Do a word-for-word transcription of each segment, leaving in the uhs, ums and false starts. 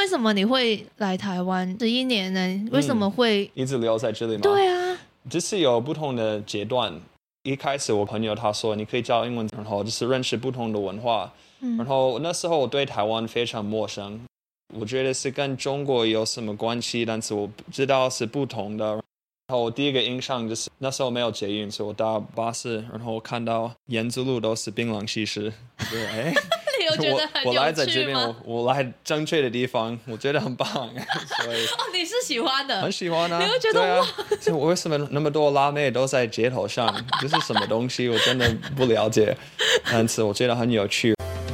什么你会来台湾十一年呢？为什么会、 嗯、一直留在这里吗？ 对啊， 就是有不同的阶段。一开始我朋友他说你可以教英文，然后就是认识不同的文化、嗯、然后那时候我对台湾非常陌生，我觉得是跟中国有什么关系，但是我不知道是不同的。然后我第一个印象就是那时候没有捷运，所以我搭巴士，然后我看到沿着路都是槟榔西施，我觉得哎你有觉得很有趣吗？ 我, 我来在这边，我我来正确的地方，我觉得很棒。所以哦，你是喜欢的， 很喜欢啊。 你会觉得哇， 啊、为什么那么多辣妹都在街头上？这是什么东西？我真的不了解，但是我觉得很有趣。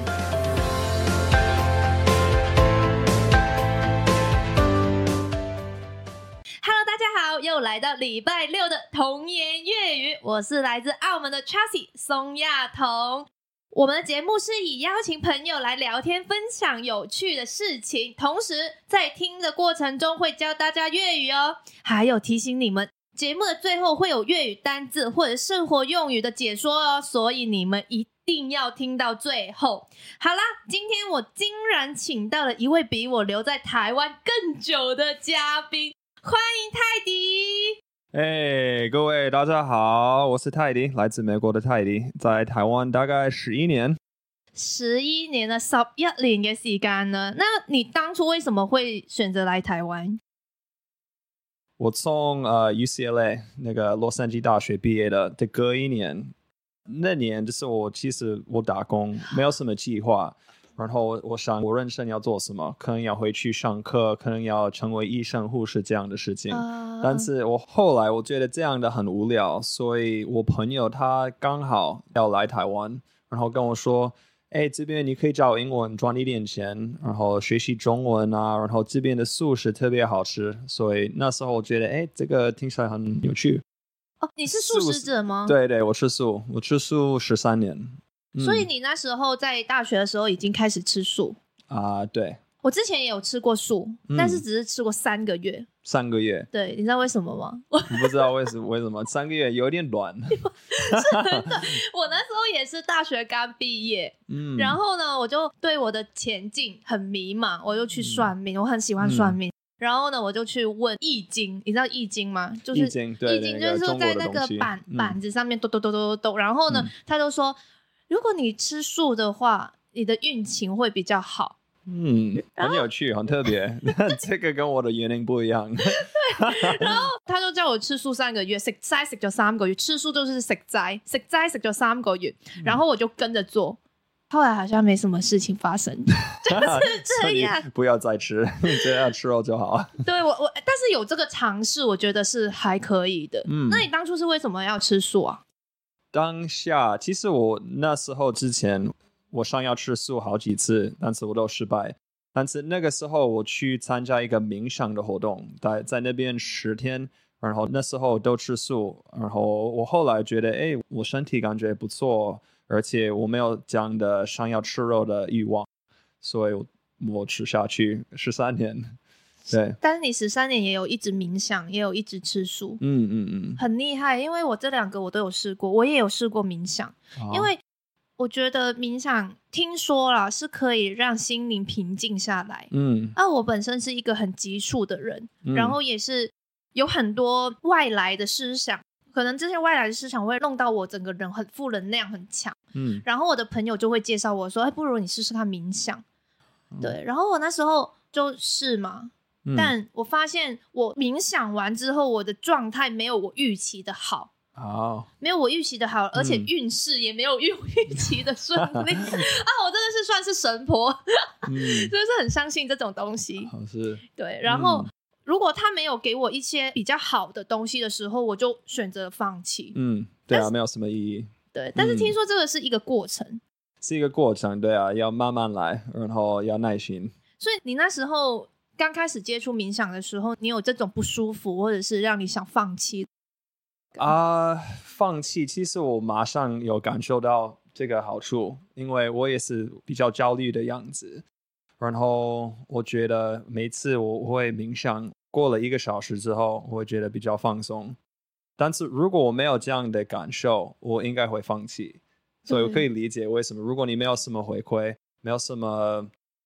又来到礼拜六的童言粤语，我是来自澳门的 Chelsea 松亚彤。我们的节目是以邀请朋友来聊天分享有趣的事情，同时在听的过程中会教大家粤语哦，还有提醒你们节目的最后会有粤语单字或者生活用语的解说哦，所以你们一定要听到最后。好啦，今天我竟然请到了一位比我留在台湾更久的嘉宾，欢迎泰迪。 哎，各位大家好，我是泰迪，来自美国的泰迪，在台湾大概十一年。 十一年了，十一年嘅時間了。那你當初為什麼會選擇來台灣？ 我從呃 U C L A 那個洛杉磯大學畢業的的隔一年，那年就是我其實我打工，沒有什麼計劃。然後我想我人生要做什麼，可能要回去上課，可能要成為醫生護士這樣的事情、uh... 但是我後來我覺得這樣的很無聊，所以我朋友他剛好要來台灣，然後跟我說，哎，這邊你可以教英文賺一點錢，然後學習中文啊，然後這邊的素食特別好吃，所以那時候我覺得哎，這個聽起來很有趣。 哦，你是素食者嗎？ 對對，我吃素，我吃素十三年。 所以你那時候在大學的時候已經開始吃素啊、呃？對， 我之前也有吃過素、嗯，但是只是吃過三個月。 三個月？ 對，你知道為什麼嗎？ 我不知道為什麼，為什麼三個月有點短。 是真的，我那時候也是大學剛畢業，嗯，然後呢，我就對我的前景很迷茫，我就去算命，嗯、我很喜歡算命。嗯，然後呢，我就去問易經，你知道易經嗎？就是易經，對， 易經就是在那個板板子上面咚咚咚咚咚，然後呢，嗯、他就說，如果你吃素的話，你的運情會比較好。 嗯，很有趣，很特別。這個跟我的原因不一樣。對， 然後他就叫我吃素三個月，食齋食咗三個月，吃素就是食齋，食齋食咗三個月，然後我就跟着做。後來好像沒什麼事情發生，就是這樣。 不要再吃，只要吃肉就好。 對，我我，但是有這個嘗試，我覺得是還可以的。嗯，那你當初是為什麼要吃素啊？ 當下其實我那時候之前我想要吃素好幾次，但是我都失敗。但是那個時候我去參加一個冥想的活動，在在那邊十天，然後那時候都吃素，然後我後來覺得，哎，我身體感覺不錯，而且我沒有這樣的想要吃肉的慾望，所以我，我吃下去十三年。對， 但是你十三年也有一直冥想，也有一直吃素， 嗯嗯嗯， 很厲害。因為我這兩個我都有試過，我也有試過冥想，啊、因為我覺得冥想聽說啦是可以讓心靈平靜下來。嗯，啊，我本身是一個很急促的人，嗯、然後也是有很多外來的思想，可能這些外來的思想會弄到我整個人很負能量很強。嗯，然後我的朋友就會介紹我說，哎，不如你試試看冥想。嗯、對，然後我那時候就是嘛。嗯、但我發現我冥想完之後，我的狀態沒有我預期的好，哦，沒有我預期的好，而且運勢也沒有預期的順利、嗯、啊！我真的是算是神婆，嗯、真的是很相信這種東西。是，對。然後、嗯、如果他沒有給我一些比較好的東西的時候，我就選擇放棄。嗯，對啊，沒有什麼意義。對，但是聽說這個是一個過程，嗯、是一個過程，對啊，要慢慢來，然後要耐心。所以你那時候剛開始接觸冥想的時候，你有這種不舒服，或者是讓你想放棄啊、呃？放棄，其實我馬上有感受到這個好處，因為我也是比較焦慮的樣子。然後我覺得每次我會冥想，過了一個小時之後，我會覺得比較放鬆。但是如果我沒有這樣的感受，我應該會放棄。所以我可以理解為什麼，如果你沒有什麼回饋，沒有什麼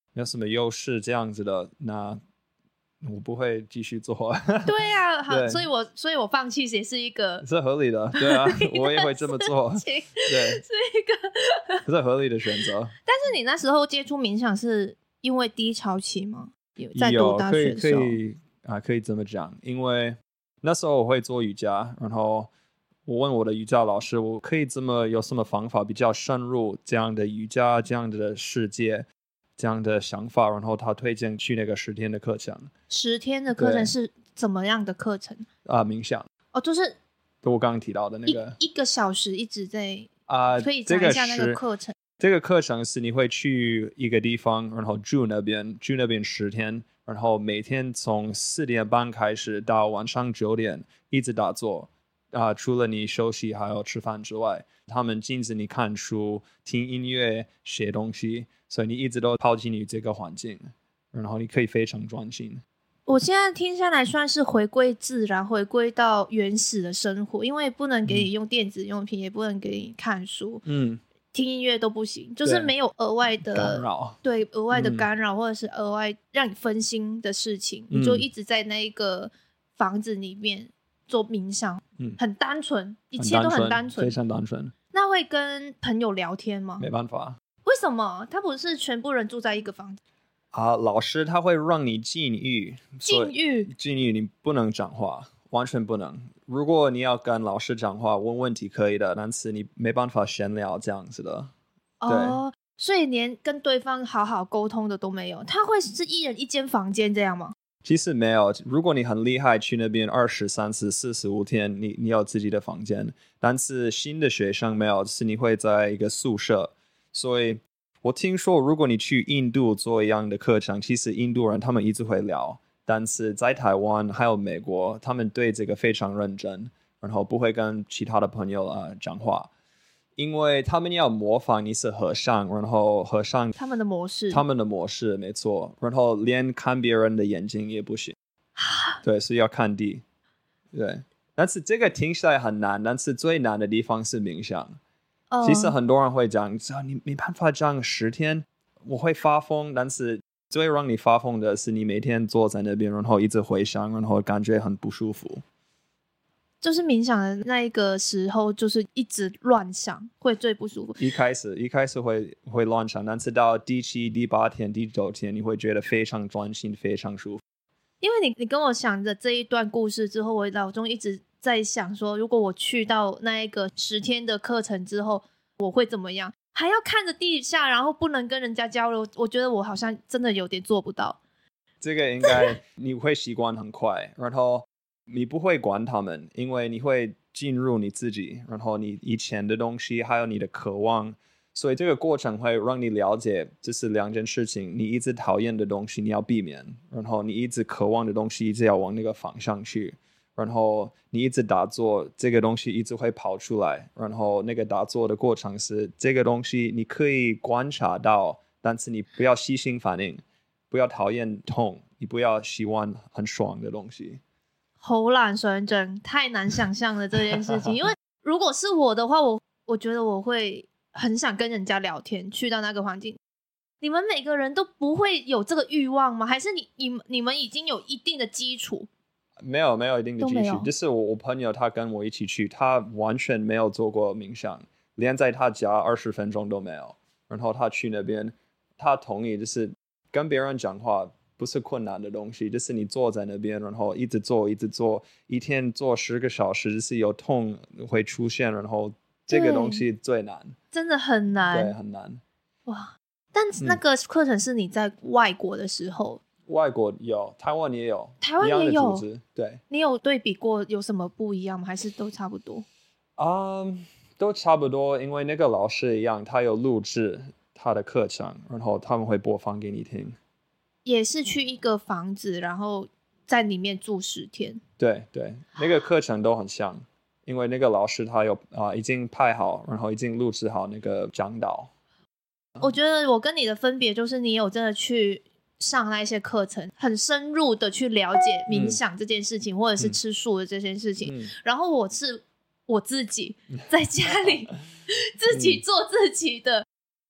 没有什么优势这样子的，那我不会继续做。 对啊，好，所以我所以我放弃也是一个是合理的，对啊，我也会这么做，对， 是一个是合理的选择。 但是你那时候接触冥想是因为低潮期吗？在读大学的时候， 可以可以啊，可以这么讲，因为那时候我会做瑜伽，然后我问我的瑜伽老师，我可以这么有什么方法比较深入这样的瑜伽，这样的世界，这样的想法，然后他推荐去那个十天的课程。十天的课程是怎么样的课程啊？冥想哦，就是我刚刚提到的那个一, 一个小时一直在啊，可以讲一下那个课程。 这个课程是你会去一个地方，然后住那边，住那边十天，然后每天从四点半开始到晚上九点一直打坐啊、呃，除了你休息还有吃饭之外，他们禁止你看书、听音乐、写东西，所以你一直都泡进你这个环境，然后你可以非常专心。 我现在听下来算是回归自然，回归到原始的生活，因为不能给你用电子用品，嗯、也不能给你看书，嗯。听音乐都不行，就是没有额外的干扰， 对额外的干扰、嗯、或者是额外让你分心的事情、嗯、你就一直在那个房子里面做冥想、嗯、很单纯，一切都很单纯， 非常单纯。 那会跟朋友聊天吗？ 没办法。 为什么？他不是全部人住在一个房子啊？老师他会让你禁欲， 禁欲禁欲你不能讲话，完全不能。如果你要跟老师讲话问问题可以的，但是你没办法闲聊这样子的。 哦，所以连跟对方好好沟通的都没有。他会是一人一间房间这样吗？ 其实没有，如果你很厉害，去那边二十三十四十五天，你你有自己的房间。但是新的学生没有，是你会在一个宿舍。所以我听说，如果你去印度做一样的课程，其实印度人他们一直会聊。但是在台湾还有美国，他们对这个非常认真，然后不会跟其他的朋友啊、呃、讲话，因为他们要模仿你是和尚，然后和尚他们的模式， 他们的模式没错，然后连看别人的眼睛也不行，对，是要看地，对。但是这个听起来很难，但是最难的地方是冥想。Oh. 其实很多人会讲，你没办法这样十天，我会发疯，但是。最让你发疯的是你每天坐在那边，然后一直回想，然后感觉很不舒服。 就是冥想的那一个时候，就是一直乱想，会最不舒服。 一开始一开始会会乱想，但是到第七、第八天、第九天，你会觉得非常专心，非常舒服。 因为你你跟我讲的这一段故事之后，我脑中一直在想说，如果我去到那一个十天的课程之后，我会怎么样？还要看着地下，然后不能跟人家交流，我觉得我好像真的有点做不到。 这个应该你会习惯很快，然后你不会管他们，因为你会进入你自己，然后你以前的东西还有你的渴望，所以这个过程会让你了解这是两件事情。你一直讨厌的东西你要避免，然后你一直渴望的东西一直要往那个方向去，然后你一直打坐，这个东西一直会跑出来，然后那个打坐的过程是这个东西你可以观察到，但是你不要细心反应，不要讨厌痛，你不要喜欢很爽的东西。 好难想象，太难想象了这件事情。因为如果是我的话，我我觉得我会很想跟人家聊天，去到那个环境。你们每个人都不会有这个欲望吗？还是你你你们已经有一定的基础？ 没有没有一定的基础，就是我我朋友他跟我一起去，他完全没有做过冥想，连在他家二十分钟都没有。然后他去那边，他同意就是跟别人讲话不是困难的东西，就是你坐在那边，然后一直做一直做，一天做十个小时，就是有痛会出现，然后这个东西最难， 真的很难， 对，很难。 哇！但是那个课程是你在外国的时候。嗯， 外国有，台湾也有， 台湾也有， 组织，对。 你有对比过有什么不一样吗？还是都差不多？ 嗯、um, ，都差不多，因为那个老师一样，他有录制他的课程，然后他们会播放给你听。 也是去一个房子，然后在里面住十天。 对对，那个课程都很像，因为那个老师他有啊、呃、已经拍好，然后已经录制好那个讲导。 我觉得我跟你的分别就是，你有真的去上那些课程，很深入的去了解冥想这件事情，嗯、或者是吃素的这件事情。嗯、然后我是我自己在家里、嗯、自己做自己的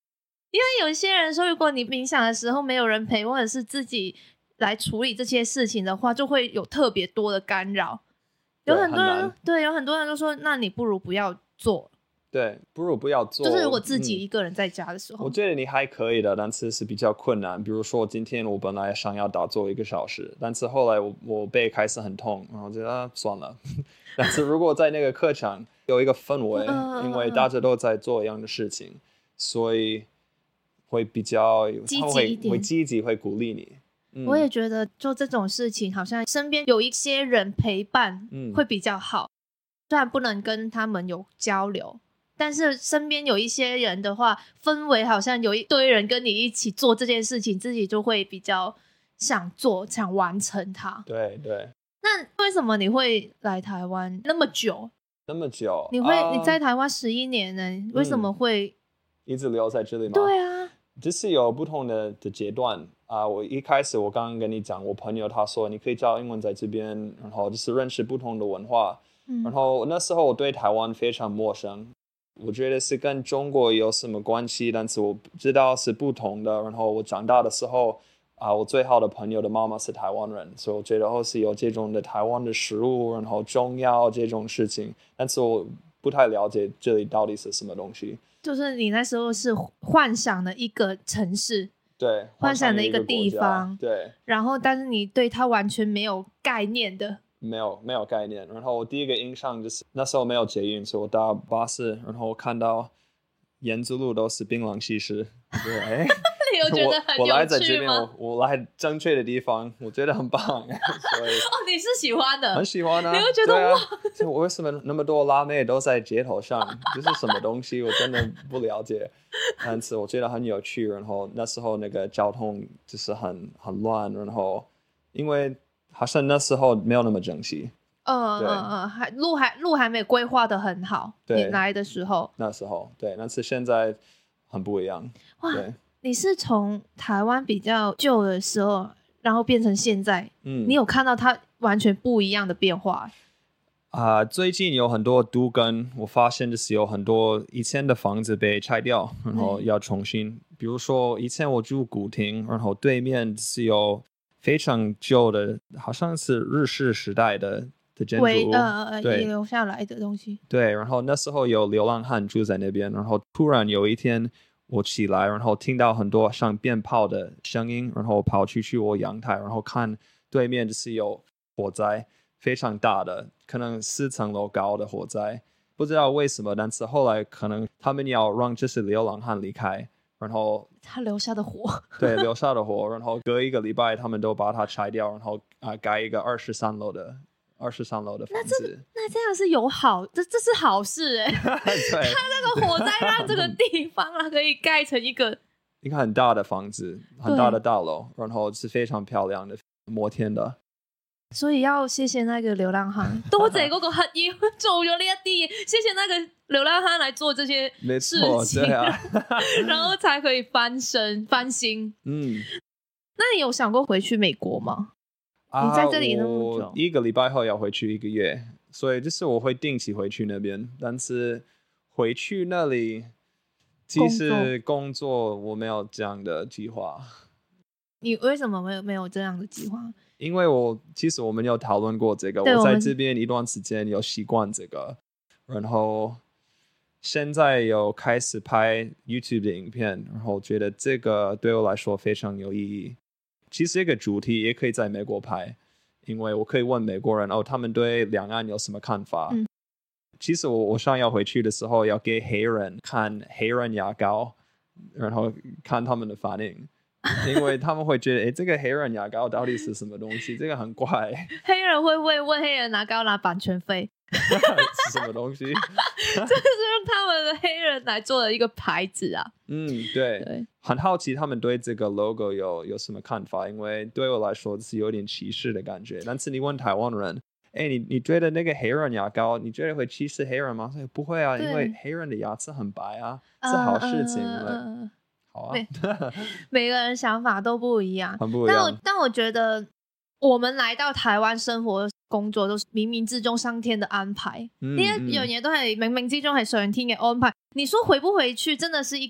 因为有一些人说，如果你冥想的时候没有人陪，或者是自己来处理这些事情的话，就会有特别多的干扰。有很多人 对, 对有很多人都说，那你不如不要做。 对，不如不要做。 就是如果自己一个人在家的时候、 嗯、我觉得你还可以的，但是是比较困难。比如说今天我本来想要打坐一个小时，但是后来 我, 我背开始很痛，然后觉得、啊、算了。但是如果在那个课场有一个氛围、嗯、因为大家都在做一样的事情，所以会比较积极一点， 会积极，会鼓励你、嗯、 我也觉得做这种事情好像身边有一些人陪伴会比较好、嗯、虽然不能跟他们有交流，但是身边有一些人的话，氛围好像有一堆人跟你一起做这件事情，自己就会比较想做，想完成它。 对对。 那为什么你会来台湾那么久？ 那么久？ 你会、uh, 你在台湾十一年呢、嗯，为什么会一直留在这里吗？ 对啊， 就是有不同的的阶段啊。我一开始我刚刚跟你讲，我朋友他说你可以教英文在这边，然后就是认识不同的文化。嗯、然后那时候我对台湾非常陌生。我觉得是跟中国有什么关系，但是我知道是不同的。然后我长大的时候啊，我最好的朋友的妈妈是台湾人，所以我觉得后是有这种的台湾的食物，然后中药这种事情，但是我不太了解这里到底是什么东西。 就是你那时候是幻想的一个城市， 对， 幻想的一个地方， 对， 然后但是你对它完全没有概念的。 没有没有概念。然后我第一个印象就是那时候没有捷运，所以我搭巴士，然后我看到沿着路都是槟榔西施，对，哎， 你有觉得很有趣吗？ 我, 我来在这边，我我来正确的地方，我觉得很棒。所以哦，你是喜欢的， 很喜欢啊。 你会觉得、啊、哇， 我为什么那么多辣妹都在街头上？这是什么东西？我真的不了解。但是我觉得很有趣。然后那时候那个交通就是很很乱，然后因为好像那时候没有那么整齐。 嗯嗯嗯，还路还路还没规划的很好。你来的时候， 那时候对，但是现在很不一样。哇，对， 你是从台湾比较旧的时候，然后变成现在，嗯，你有看到它完全不一样的变化？ 啊、呃，最近有很多都更，我发现就是有很多以前的房子被拆掉，然后要重新。嗯、比如说以前我住古亭，然后对面是有非常旧的，好像是日式时代的的建筑物， 呃对，遗留下来的东西。 对，然后那时候有流浪汉住在那边，然后突然有一天我起来，然后听到很多像鞭炮的声音，然后我跑去去我阳台，然后看对面就是有火灾。非常大的，可能四层楼高的火灾，不知道为什么，但是后来可能他们要让这些流浪汉离开，然后他留下的火， 对，留下的火，然后隔一个礼拜他们都把它拆掉，然后啊、呃、盖一个二十三楼的二十三楼的房子。 那这那这样是有好，这这是好事哎、欸。对，他那个火灾让这个地方啊可以盖成一个一个很大的房子，很大的大楼，然后是非常漂亮的，摩天的。 所以要谢谢那个流浪汉，多謝嗰個乞兒做咗呢一啲嘢，謝謝那個流浪漢來做這些事情，對啊、然後才可以翻身翻新。嗯，那你有想過回去美國嗎？啊、你在這裡那麼久， 一個禮拜後要回去一個月，所以就是我會定期回去那邊，但是回去那裡其實工作我沒有這樣的計劃。 你為什麼沒有沒有這樣的計劃？ 因為我其實我們有討論過這個，我在這邊一段時間有習慣這個，然後現在有開始拍 YouTube 的影片，然後覺得這個對我來說非常有意義。其實這個主題也可以在美國拍，因為我可以問美國人哦，他們對兩岸有什麼看法。嗯、其實我我想要回去的時候要給黑人看黑人牙膏，然後看他們的反應。因為他們會覺得，哎，這個黑人牙膏到底是什麼東西？這個很怪。 黑人會不會問黑人牙膏拿版權費？ 是什麼東西？ 這是用他們的黑人來做的一個牌子啊。 嗯，對，對，很好奇他們對這個 logo 有有什麼看法？因為對我來說是有點歧視的感覺。但是你問台灣人，哎，你你覺得那個黑人牙膏，你覺得會歧視黑人嗎？所以不會啊，因為黑人的牙齒很白啊，是好事情。Uh, uh, uh, 好啊，每, 每個人想法都不一樣， 很不一樣。 但我但我覺得我們來到台灣生活工作都是冥冥之中上天的安排，呢一樣嘢都係冥冥之中係上天嘅安排。你說回不回去真的是一個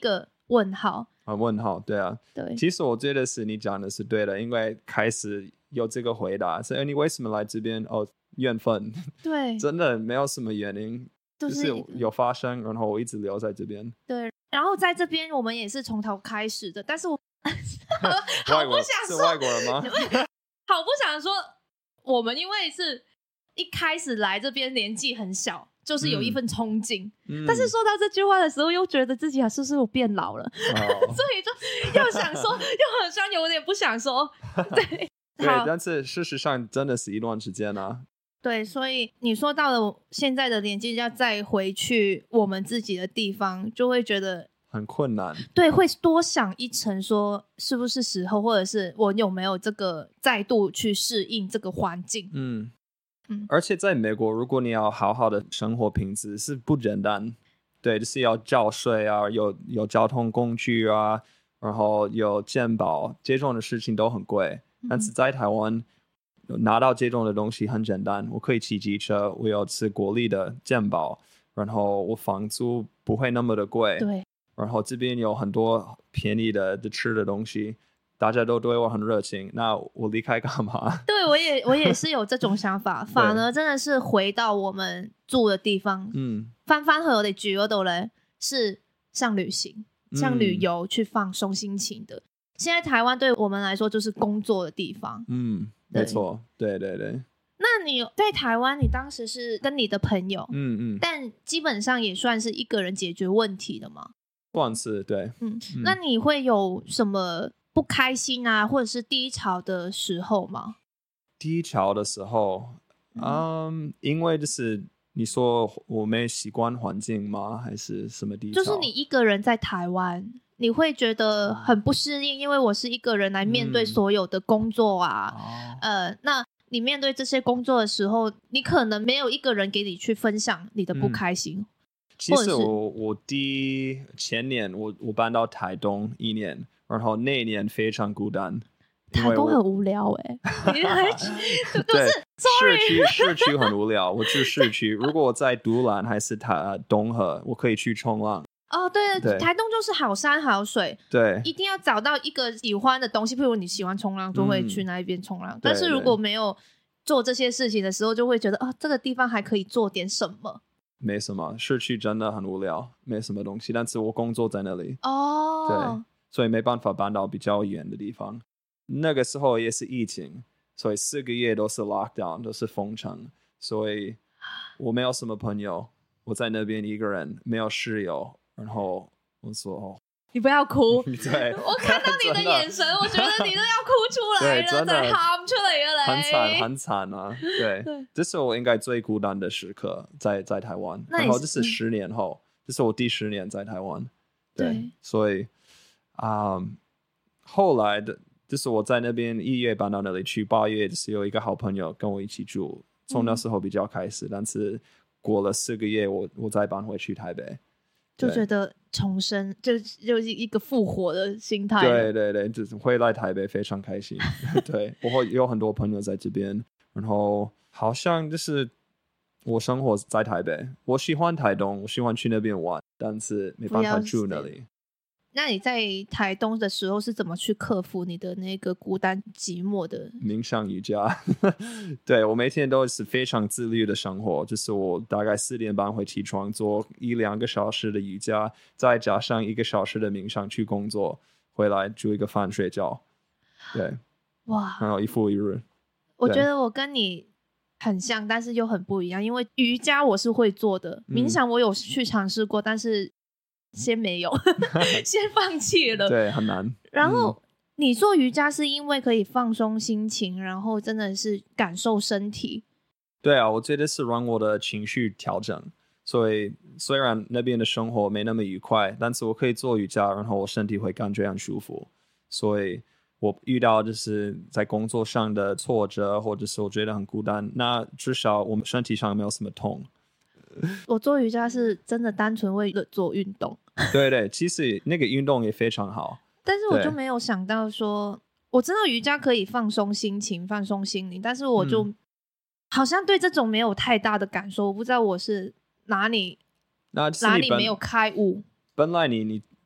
问号。 啊，问号，对啊， 对。 其实我觉得是你讲的是对的，因为开始有这个回答，是你为什么来这边？哦，缘分。 对， 真的没有什么原因，就是、就是有发生，然后我一直留在这边。 对，然后在这边我们也是从头开始的，但是我好不想说是外国人吗？ 好不想说，我们因为是一开始来这边年纪很小。就是有一份憧憬、嗯、但是说到这句话的时候又觉得自己是不是我变老了、哦、所以就又想说又好像有点不想说对对，但是事实上真的是一段时间啊。 对，所以你说到了现在的年纪要再回去我们自己的地方就会觉得很困难， 对，会多想一层说是不是时候或者是我有没有这个再度去适应这个环境。 嗯而且在美国如果你要好好的生活品质是不简单，对，就是要交税啊，有有交通工具啊，然后有健保，这种的事情都很贵、嗯、但是在台湾拿到这种的东西很简单，我可以骑机车，我有吃国立的健保，然后我房租不会那么的贵， 对， 然后这边有很多便宜的的吃的东西，大家都对我很热情，那我离开干嘛？ 对，我也我也是有这种想法反而真的是回到我们住的地方，嗯，翻翻去我哋住嗰度咧是像旅行像旅游去放松心情的、嗯、现在台湾对我们来说就是工作的地方， 嗯，没错，对对对。 那你在台湾你当时是跟你的朋友，嗯嗯，但基本上也算是一个人解决问题的吗？ 算是，对，嗯， 嗯，那你会有什么不开心啊或者是低潮的时候吗？ 低潮的时候 嗯, 嗯，因为就是你说我没习惯环境吗还是什么低潮？ 就是你一个人在台湾你会觉得很不适应，因为我是一个人来面对所有的工作啊、嗯、呃，那你面对这些工作的时候你可能没有一个人给你去分享你的不开心、嗯、 其实我我第前年我我搬到台东一年，然后那一年非常孤单， 台东很无聊哎、欸， 对，市区市区很无聊。我住市区，如果我在都兰还是台东河，我可以去冲浪。 哦，对，对，台东就是好山好水， 对， 一定要找到一个喜欢的东西，譬如你喜欢冲浪，就会去那一边冲浪、嗯。但是如果没有做这些事情的时候，就会觉得哦，这个地方还可以做点什么。 没什么，市区真的很无聊，没什么东西。但是我工作在那里， 哦， 对，所以没办法搬到比较远的地方。那个时候也是疫情，所以四个月都是 lockdown， 都是封城，所以我没有什么朋友，我在那边一个人，没有室友。然后我说、哦、 你不要哭对， 我看到你的眼神我觉得你都要哭出来了，在喊出来了， 很惨很惨啊。 对, 对，这是我应该最孤单的时刻，在在台湾。然后这是十年后、嗯、这是我第十年在台湾。 对, 对，所以、嗯、后来的就是我在那边一月搬到那里去，八月就是有一个好朋友跟我一起住，从那时候比较开始、嗯、但是过了四个月我我再搬回去台北， 就觉得重生，就就是一个复活的心态。 对对对，就是回来台北非常开心。对，我会有很多朋友在这边，然后好像就是我生活在台北，我喜欢台东，我喜欢去那边玩，但是没办法住那里。 那你在台东的时候是怎么去克服你的那个孤单寂寞的？ 冥想瑜伽。对，我每天都是非常自律的生活，就是我大概四点半会起床做一两个小时的瑜伽，再加上一个小时的冥想去工作，回来煮一个饭睡觉。对，哇，然后一复一日。 我觉得我跟你很像，但是又很不一样，因为瑜伽我是会做的，冥想我有去尝试过、嗯、但是先没有先放弃了， 对，很难。 然后、嗯、你做瑜伽是因为可以放松心情，然后真的是感受身体。 对啊，我觉得是让我的情绪调整，所以虽然那边的生活没那么愉快，但是我可以做瑜伽，然后我身体会感觉很舒服。所以我遇到就是在工作上的挫折，或者是我觉得很孤单，那至少我们身体上没有什么痛。 我做瑜伽是真的单纯为了做运动。 对对，其实那个运动也非常好， 但是我就没有想到说，我知道瑜伽可以放松心情放松心灵，但是我就、嗯、好像对这种没有太大的感受。我不知道我是哪里哪里没有开悟。 本来你你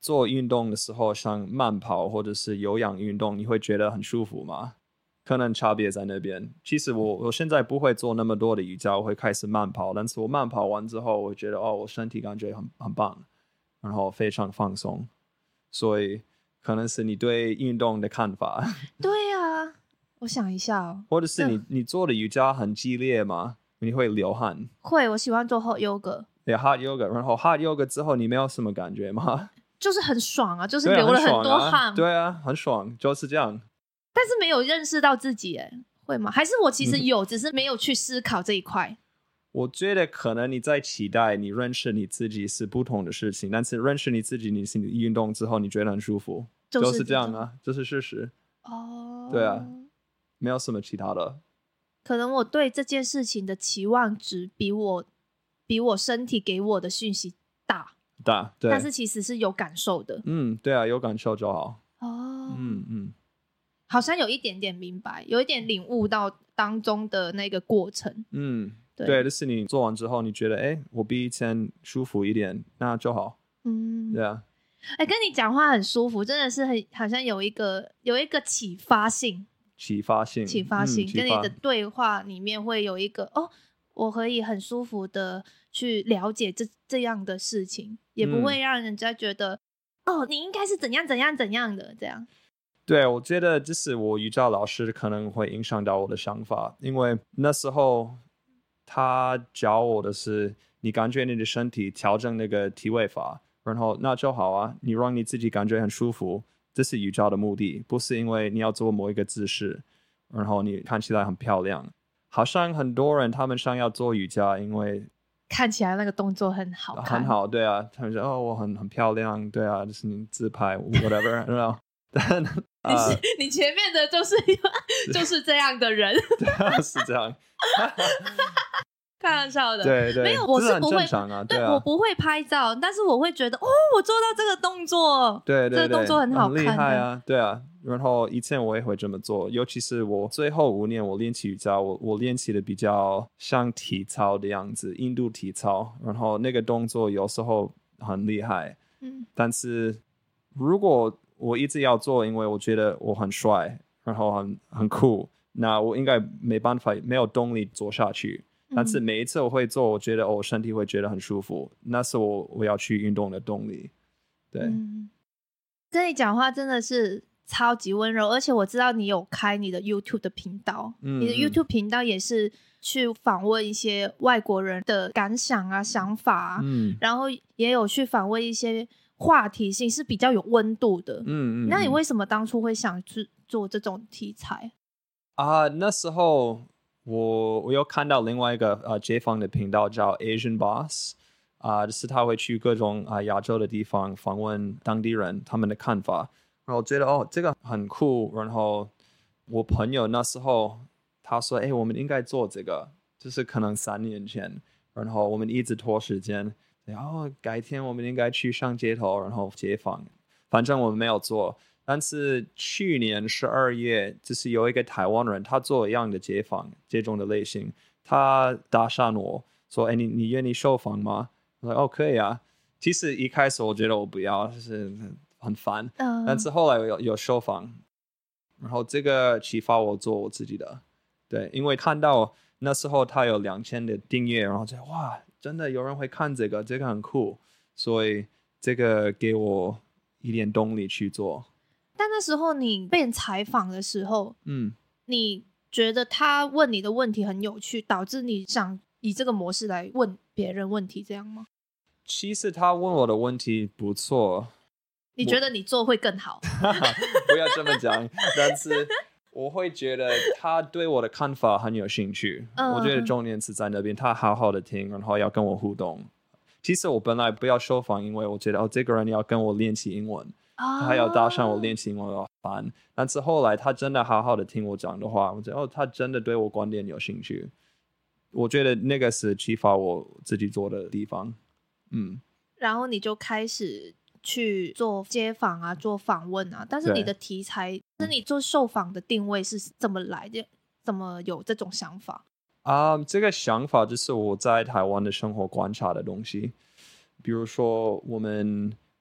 做运动的时候，像慢跑或者是有氧运动，你会觉得很舒服吗？可能差别在那边。其实我我现在不会做那么多的瑜伽，我会开始慢跑，但是我慢跑完之后，我觉得哦，我身体感觉很很棒，然后非常放松。所以可能是你对运动的看法。 对啊，我想一下哦。 或者是你你做的瑜伽很激烈吗？你会流汗？ 会，我喜欢做 hot yoga。 对 hot yoga， 然后 hot yoga 之后你没有什么感觉吗？ 就是很爽啊，就是流了很多汗。 对啊，很爽，就是这样。 但是没有认识到自己，哎，会吗？还是我其实有、嗯，只是没有去思考这一块。 我觉得可能你在期待你认识你自己是不同的事情，但是认识你自己，你是你运动之后，你觉得很舒服，就是、就是这样啊，这、就是事实。哦，对啊，没有什么其他的。 可能我对这件事情的期望值比我比我身体给我的讯息大大，对。 但是其实是有感受的。 嗯，对啊，有感受就好。 哦， 嗯嗯。 好像有一点点明白，有一点领悟到当中的那个过程。 嗯，对，对，就是你做完之后，你觉得哎，我比以前舒服一点，那就好。嗯，对啊。 哎，跟你讲话很舒服，真的是很好像有一个有一个启发性， 启发性， 启发性， 嗯、 跟你的对话里面会有一个哦，我可以很舒服的去了解这这样的事情，也不会让人家觉得、嗯、哦，你应该是怎样怎样怎样的这样。 对，我觉得就是我瑜伽老师可能会影响到我的想法，因为那时候他教我的是，你感觉你的身体调整那个体位法，然后那就好啊，你让你自己感觉很舒服，这是瑜伽的目的，不是因为你要做某一个姿势，然后你看起来很漂亮。好像很多人他们想要做瑜伽，因为看起来那个动作很好看， 很好，对啊，他们说哦我很很漂亮，对啊，就是你自拍 whatever， 然后但你, 是你前面的就是就是这样的人， 对，是这样， 开玩笑的， 对对， 没有，我是不会， 啊、对, 对啊、我不会拍照，但是我会觉得哦，我做到这个动作， 对对对， 这个动作很好看， 很厉害啊，对啊。然后以前我也会这么做，尤其是我最后五年我练习瑜伽，我我练习的比较像体操的样子，印度体操，然后那个动作有时候很厉害，嗯，但是如果我一直要做，因为我觉得我很帅，然后很很酷，那我应该没办法，没有动力做下去。但是每一次我会做，我觉得我、哦、身体会觉得很舒服，那是我我要去运动的动力。对，嗯、 跟你讲话真的是超级温柔，而且我知道你有开你的 YouTube 的频道，嗯、你的 YouTube 频道也是去访问一些外国人的感想啊、想法啊，嗯、然后也有去访问一些话题性是比较有温度的。嗯嗯，那你为什么当初会想去做这种题材啊？那时候我我有看到另外一个呃街坊的频道叫 Asian Boss 啊、呃，就是他会去各种啊、呃、亚洲的地方访问当地人他们的看法，然后我觉得哦这个很酷，然后我朋友那时候他说哎我们应该做这个，就是可能三年前，然后我们一直拖时间，然后改天我们应该去上街头然后街访，反正我们没有做。但是去年十二月，就是有一个台湾人，他做一样的街访，这种的类型，他搭讪我说：“哎，你你愿意受访吗？”我说：“哦，可以啊。”其实一开始我觉得我不要，就是很烦。Uh. 但是后来有有受访，然后这个启发我做我自己的，对，因为看到那时候他有两千的订阅，然后就哇，真的有人会看这个，这个很酷，所以这个给我一点动力去做。 但那时候你被人采访的时候，嗯，你觉得他问你的问题很有趣，导致你想以这个模式来问别人问题，这样吗？ 其实他问我的问题不错， 你觉得你做会更好？ 不要这么讲，但是我会觉得他对我的看法很有兴趣。嗯、我觉得重点是在那边，他好好的听，然后要跟我互动。其实我本来不要受访，因为我觉得哦，这个人要跟我练习英文。他还要搭上我练习英文，我烦。但是后来他真的好好的听我讲的话，我觉得哦，他真的对我观点有兴趣。我觉得那个是启发我自己做的地方。嗯， 然后你就开始去做街访啊，做访问啊。但是你的题材，是你做受访的定位是怎么来的？怎么有这种想法？ 啊、um, 这个想法就是我在台湾的生活观察的东西。比如说我们。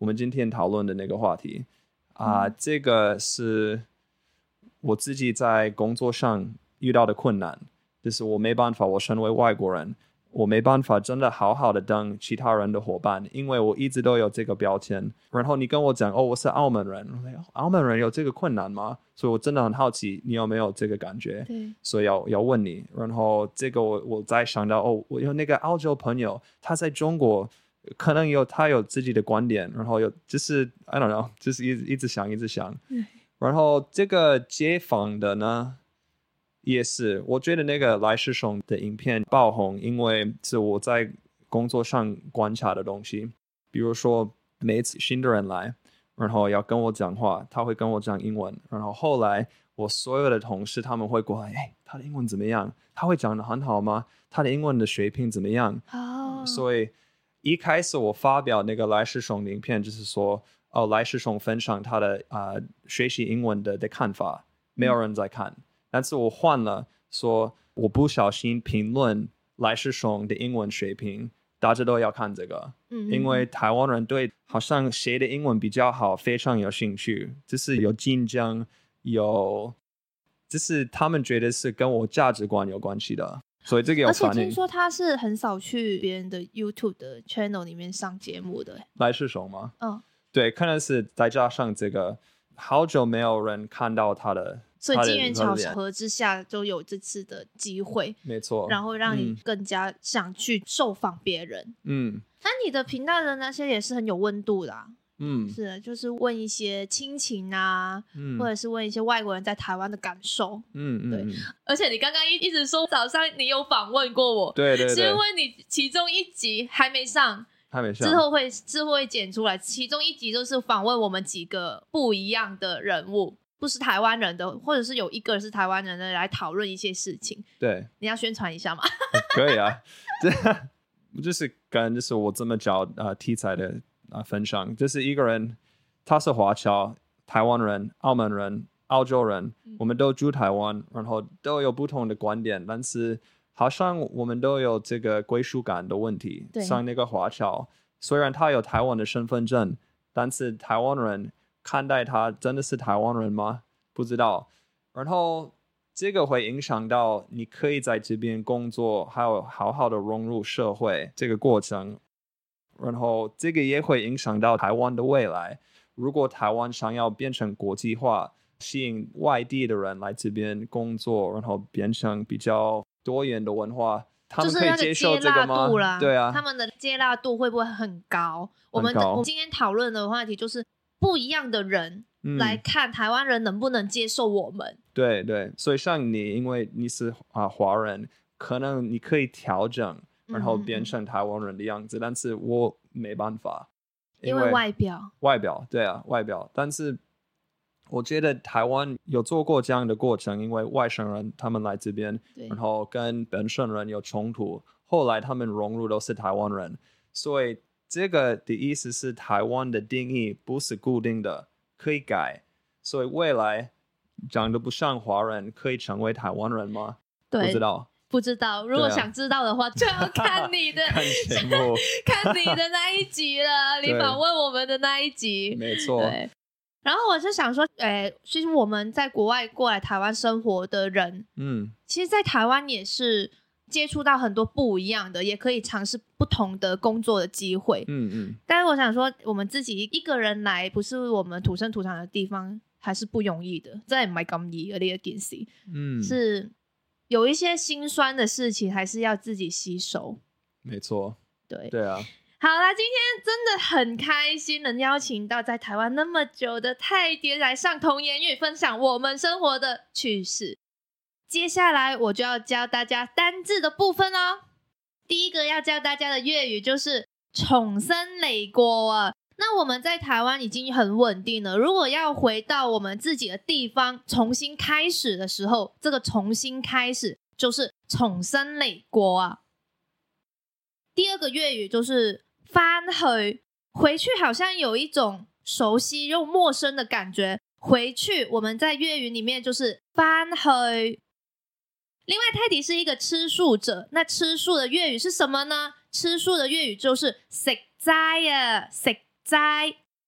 我们今天讨论的那个话题啊、呃嗯，这个是我自己在工作上遇到的困难，就是我没办法，我身为外国人，我没办法真的好好的当其他人的伙伴，因为我一直都有这个标签。然后你跟我讲，哦，我是澳门人，澳门人有这个困难吗？所以我真的很好奇，你有没有这个感觉？ 对， 所以要要问你。然后这个我我再想到，哦，我有那个澳洲朋友，他在中国。可能有他有自己的观点，然后有就是 I don't know， 就是一直一直想一直想、嗯。然后这个街访的呢，也是我觉得那个赖世雄的影片爆红，因为是我在工作上观察的东西。比如说每一次新的人来，然后要跟我讲话，他会跟我讲英文，然后后来我所有的同事他们会过来，哎，他的英文怎么样？他会讲得很好吗？他的英文的水平怎么样？哦，所以。一开始我发表那个赖世雄的影片，就是说，哦，赖世雄分享他的啊、呃、学习英文的的看法，没有人在看。嗯、但是我换了，说我不小心评论赖世雄的英文水平，大家都要看这个，嗯、因为台湾人对好像谁的英文比较好非常有兴趣，就是有竞争，有，就是他们觉得是跟我价值观有关系的。所以这个有反应， 而且听说他是很少去别人的 YouTube 的 channel 里面上节目的。 赖世雄吗？ 嗯， 对，可能是再加上这个好久没有人看到他的， 所以机缘巧合之下就有这次的机会， 没错， 然后让你更加想去受访别人。 嗯， 那你的频道的那些也是很有温度的、啊。 嗯， 是，就是问一些亲情啊、嗯，或者是问一些外国人在台湾的感受， 嗯嗯， 对。而且你刚刚一一直说早上你有访问过我， 对对对， 是因为你其中一集还没上， 还没上， 之后会之后会剪出来，其中一集就是访问我们几个不一样的人物，不是台湾人的，或者是有一个是台湾人的来讨论一些事情。 对， 你要宣传一下吗？ 可以啊，这就是跟就是我这么找呃题材的。啊，分享就是一个人，他是华侨、台湾人、澳门人、澳洲人，嗯、我们都住台湾，然后都有不同的观点，但是好像我们都有这个归属感的问题。像那个华侨，虽然他有台湾的身份证，但是台湾人看待他真的是台湾人吗？不知道。然后这个会影响到你可以在这边工作，还有好好的融入社会这个过程。然后这个也会影响到台湾的未来。如果台湾想要变成国际化，吸引外地的人来这边工作，然后变成比较多元的文化，他们可以接受这个吗？ 就是、 对啊， 他们的接纳度会不会很高？我们我们今天讨论的话题就是不一样的人来看台湾人能不能接受我们。 嗯、对对，所以像你，因为你是啊华人，可能你可以调整。然后变成台湾人的样子，嗯、但是我没办法， 因为外表， 外表，对啊，外表。但是我觉得台湾有做过这样的过程，因为外省人他们来这边，然后跟本省人有冲突，后来他们融入都是台湾人，所以这个的意思是台湾的定义不是固定的，可以改。所以未来长得不像华人可以成为台湾人吗？ 对， 不知道。 不知道，如果想知道的话，就要看你的看节目， 看你的那一集了。你访问我们的那一集， 没错。 对。然后我就想说，诶，其实我们在国外过来台湾生活的人，嗯，其实，在台湾也是接触到很多不一样的，也可以尝试不同的工作的机会，嗯嗯。但是我想说，我们自己一个人来，不是我们土生土长的地方，还是不容易的。这唔係咁易嘅呢一件事，嗯，是。有一些心酸的事情还是要自己吸收， 没错， 对对啊。 好啦，今天真的很开心能邀请到在台湾那么久的泰迪来上童言语，分享我们生活的趣事。接下来我就要教大家单字的部分哦。第一个要教大家的粤语就是重新嚟過啊。那我们在台湾已经很稳定了，如果要回到我们自己的地方重新开始的时候，这个重新开始就是重新嚟過啊。第二个粤语就是翻去，回去好像有一种熟悉又陌生的感觉，回去我们在粤语里面就是翻去。另外泰迪是一个吃素者，那吃素的粤语是什么呢？吃素的粤语就是食齋啊，食齋。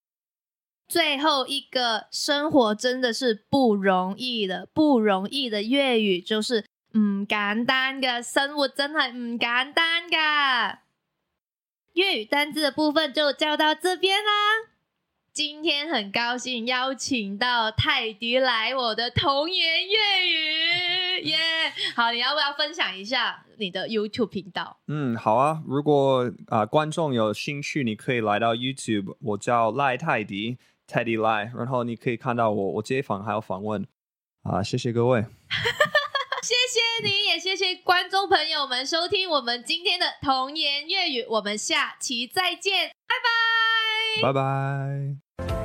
最后一个生活真的是不容易的，不容易的粤语就是唔簡單嘅，生活真係唔簡單噶。粤语单字的部分就教到这边啦。今天很高兴邀请到泰迪来我的童言粤语，耶、yeah! 好，你要不要分享一下你的 YouTube 频道？ 嗯，好啊，如果、呃、观众有兴趣，你可以来到 YouTube， 我叫赖泰迪 Teddy 赖，然后你可以看到我我街访还有访问啊、呃，谢谢各位。 谢谢你，也谢谢观众朋友们收听我们今天的童言粤语，我们下期再见，拜拜， 拜拜。